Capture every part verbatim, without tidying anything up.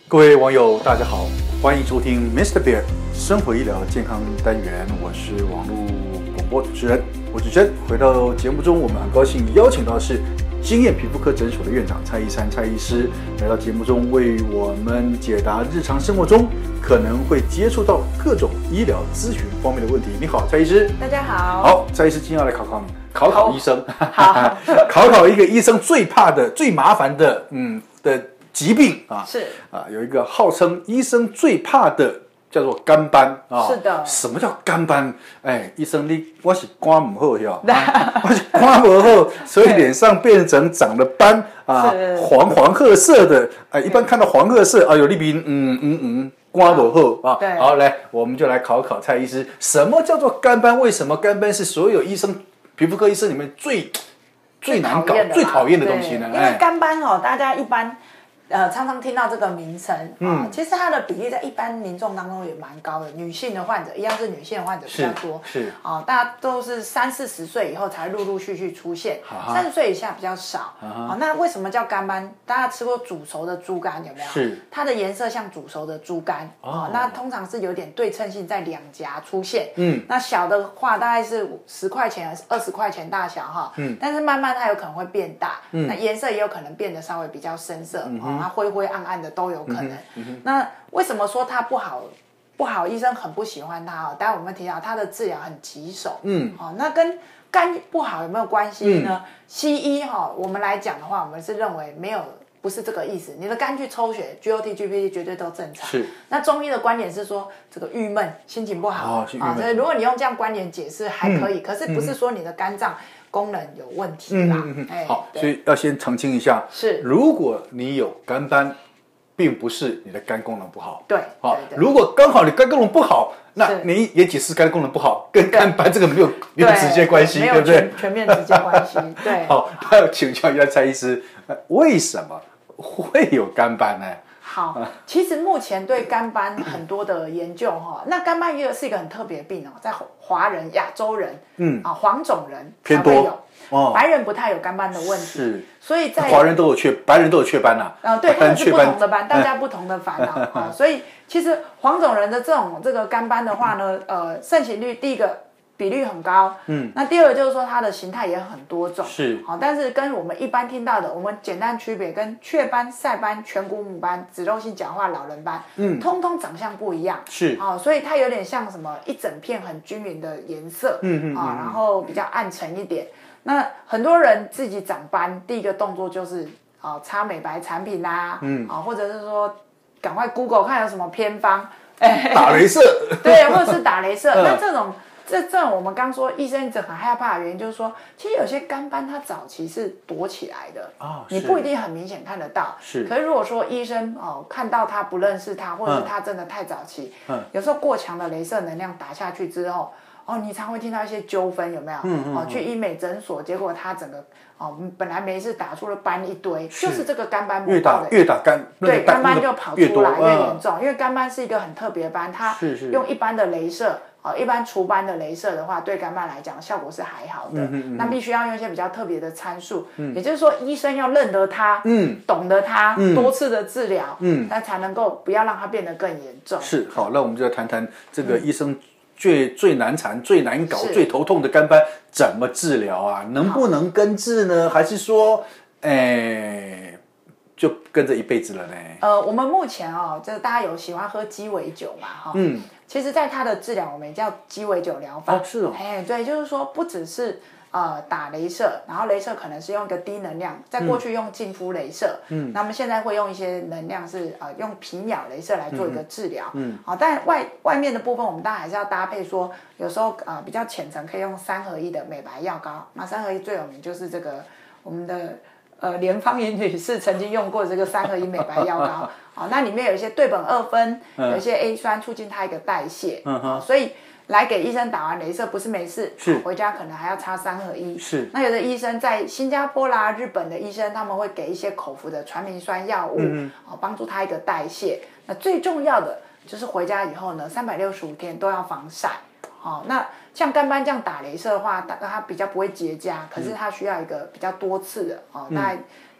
各位网友，大家好，欢迎收听 Mister Bear 生活医疗健康单元，我是网络广播主持人我主持人。回到节目中，我们很高兴邀请到的是经验皮肤科诊所的院长蔡一山蔡医师来到节目中，为我们解答日常生活中可能会接触到各种医疗咨询方面的问题。你好，蔡医师。 大家好。 好，蔡医师今天要来考考你，考考医生， 好， 考考一个医生最怕的、最麻烦的，嗯的疾病啊， 是啊，有一个号称医生最怕的叫做肝斑啊。 是的。 什么叫肝斑？哎，医生你我是肝不好呀，啊、我是肝不好，所以脸上变成长了斑啊，黄黄褐色的。哎，一般看到黄褐色，哎呦，你比嗯嗯嗯。肝不好啊，好，来，我们就来考考蔡医师，什么叫做肝斑？为什么肝斑是所有医生、皮肤科医生里面最最难搞、最讨厌的东西呢？ 因为肝斑哦，大家一般呃常常听到这个名称，嗯、呃，其实它的比例在一般民众当中也蛮高的。女性的患者一样是女性的患者比较多， 是啊、呃，大家都是三四十岁以后才陆陆续续出现，三十岁以下比较少。啊、呃，那为什么叫肝斑？大家吃过煮熟的猪肝有没有？ 是， 它的颜色像煮熟的猪肝，哦、呃，那通常是有点对称性在两颊出现，嗯，那小的话大概是十块钱、二十块钱大小哈，嗯，但是慢慢它有可能会变大，嗯，那颜色也有可能变得稍微比较深色，嗯、哦，它灰灰暗暗的都有可能。嗯嗯、那为什么说它不好？不好，医生很不喜欢它哦。待会我们提到它的治疗很棘手，嗯，哦，那跟肝不好有没有关系呢？嗯、西医哈、哦，我们来讲的话，我们是认为没有，不是这个意思。你的肝去抽血 ，G O T、G P T 绝对都正常。 是。那中医的观点是说，这个郁闷、心情不好啊、哦， 所以如果你用这样观点解释还可以，嗯、可是不是说你的肝脏功能有问题啦。嗯嗯嗯哎、好，所以要先澄清一下， 是， 如果你有肝斑，并不是你的肝功能不好， 对， 好，如果刚好你肝功能不好，那你也解释肝功能不好，跟肝斑这个没有没有直接关系，对不对？ 全面直接关系，对。 好，那要请教一下蔡医师，为什么会有肝斑呢？ 好，其实目前对肝斑很多的研究哈，那肝斑也是一个很特别的病哦，在华人、亚洲人，嗯啊，黄种人才会有。哦，白人不太有肝斑的问题， 是， 所以在华人都有雀，白人都有雀斑呐、啊。 呃，对，他们是不同的斑，大家不同的烦恼啊、哦。所以其实黄种人的这种这个肝斑的话呢，呃，盛行率第一个比率很高，嗯，那第二个就是说它的形态也很多种， 是， 好、哦，但是跟我们一般听到的，我们简单区别跟雀斑、晒斑、颧骨母斑、脂漏性角化老人斑，嗯，通通长相不一样， 是， 哦，所以它有点像什么一整片很均匀的颜色，嗯嗯啊、哦，然后比较暗沉一点。那很多人自己长斑，第一个动作就是啊、哦、擦美白产品啦，嗯啊、哦，或者是说赶快 Google 看有什么偏方， 哎，打雷射， 对，或者是打雷射。那这种这这种我们刚说医生一直很害怕的原因，就是说其实有些肝斑它早期是躲起来的，哦，你不一定很明显看得到， 是。 可是如果说医生哦看到他不认识他，或者是他真的太早期，嗯，有时候过强的雷射能量打下去之后。哦，你常会听到一些纠纷，有没有？嗯嗯。哦，去医美诊所，结果他整个哦，本来没事打出了斑一堆，是就是这个肝斑越打越打肝， 对，肝斑就跑出来越严重，因为肝斑是一个很特别的斑，它用一般的雷射，哦，一般除斑的雷射的话，对肝斑来讲效果是还好的，嗯嗯嗯，那必须要用一些比较特别的参数，嗯，也就是说医生要认得它，嗯，懂得它，嗯，多次的治疗，嗯，那才能够不要让它变得更严重。 是，好，那我们就来谈谈这个医生。最最难缠、最难搞、最头痛的肝斑怎么治疗啊？能不能根治呢？还是说，哎，就跟着一辈子了呢？ 呃，我们目前哦，就是大家有喜欢喝鸡尾酒嘛，哈、哦，嗯，其实，在它的治疗我们也叫鸡尾酒疗法。 哦，是哦， 哎，对，就是说，不只是。呃，打雷射，然后雷射可能是用一个低能量，在过去用净肤雷射，嗯，那么现在会用一些能量是呃用皮秒雷射来做一个治疗，嗯，好、哦，但外外面的部分我们当然还是要搭配说，有时候呃比较浅层可以用三合一的美白药膏，那三合一最有名就是这个我们的呃连芳莹女士曾经用过这个三合一美白药膏，好、哦，那里面有一些对苯二酚，有一些 A 酸促进它一个代谢，嗯哼、哦，所以。来给医生打完雷射不是没事，是回家可能还要擦三合一。 是， 那有的医生在新加坡啦、日本的医生，他们会给一些口服的传明酸药物，嗯哦，帮助他一个代谢。那最重要的就是回家以后呢，三百六十五天都要防晒。哦，那像肝斑这样打雷射的话，它比较不会结痂，可是它需要一个比较多次的哦，大概。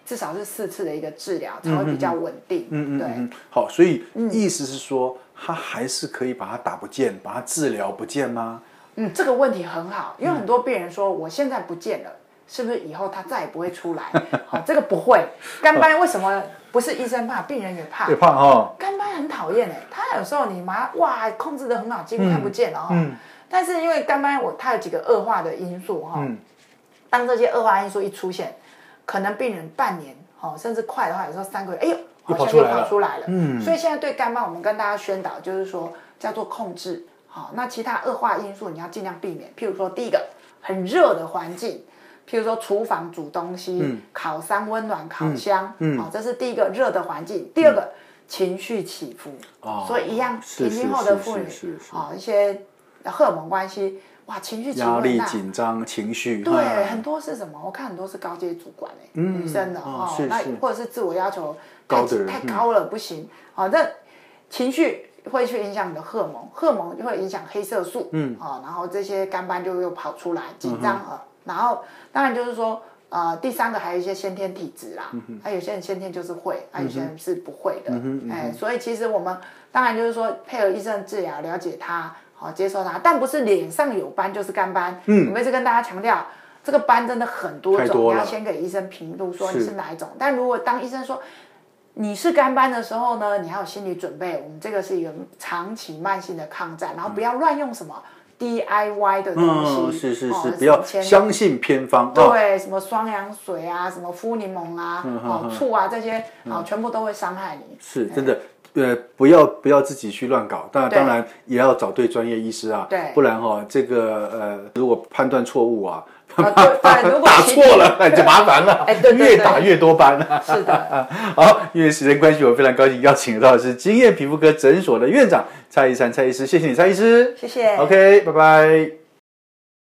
至少是四次的一个治疗才会比较稳定。 嗯嗯， 对， 嗯好，所以意思是说，它还是可以把它打不见，把它治疗不见吗？ 嗯，这个问题很好，因为很多病人说我现在不见了，是不是以后他再也不会出来？好，这个不会。肝斑为什么不是医生怕，病人也怕？ 也怕哈。 肝斑很讨厌哎，他有时候你麻哇控制得很好，几乎看不见了哈。嗯。但是因为肝斑我它有几个恶化的因素哈，嗯、当这些恶化因素一出现，可能病人半年哦，甚至快的话，有时候三个月，哎呦，好像又跑出来了。嗯。所以现在对肝斑，我们跟大家宣导就是说叫做控制。好，那其他恶化因素你要尽量避免，譬如说第一个很热的环境，譬如说厨房煮东西，嗯、烤箱温暖烤箱，嗯，好，这是第一个热的环境。第二个、嗯、情绪起伏，哦，所以一样，停经后的妇女，好一些荷尔蒙关系，哇，情绪起伏， 压力、紧张、情绪， 对，啊、很多是什么？我看很多是高阶主管哎、欸，嗯、女生的哦，哦那或者是自我要求太太高了、嗯、不行，好，那情绪。会去影响你的荷尔蒙，荷尔蒙就会影响黑色素，嗯，啊，然后这些肝斑就又跑出来，紧张啊，然后当然就是说，呃，第三个还有一些先天体质啦，嗯、啊，有些人先天就是会，啊，有些人是不会的，嗯嗯、哎，所以其实我们当然就是说配合医生治疗，了解他，好、接受他，但不是脸上有斑就是肝斑，嗯，我们一直跟大家强调，这个斑真的很多种，你要先给医生评估说你是哪一种，但如果当医生说。你是肝斑的时候呢，你还有心理准备。我们这个是一个长期慢性的抗战，然后不要乱用什么 D I Y 的东西， 嗯、是是是，哦、不要相信偏方。 对，哦、什么双氧水啊，什么敷柠檬啊，嗯、哦醋啊这些，哦、嗯、全部都会伤害你。 是真的。呃，不要不要自己去乱搞，当然当然也要找对专业医师啊， 对， 不然哈、哦，这个呃，如果判断错误啊。 啊、对对，如果打错了，那就麻烦了。 哎，对对对， 越打越多斑。 是的。 好，因为时间关系，我非常高兴邀请到的是京砚皮肤科诊所的院长蔡逸姗蔡医师，谢谢你，蔡医师。 谢谢。 OK， 拜拜。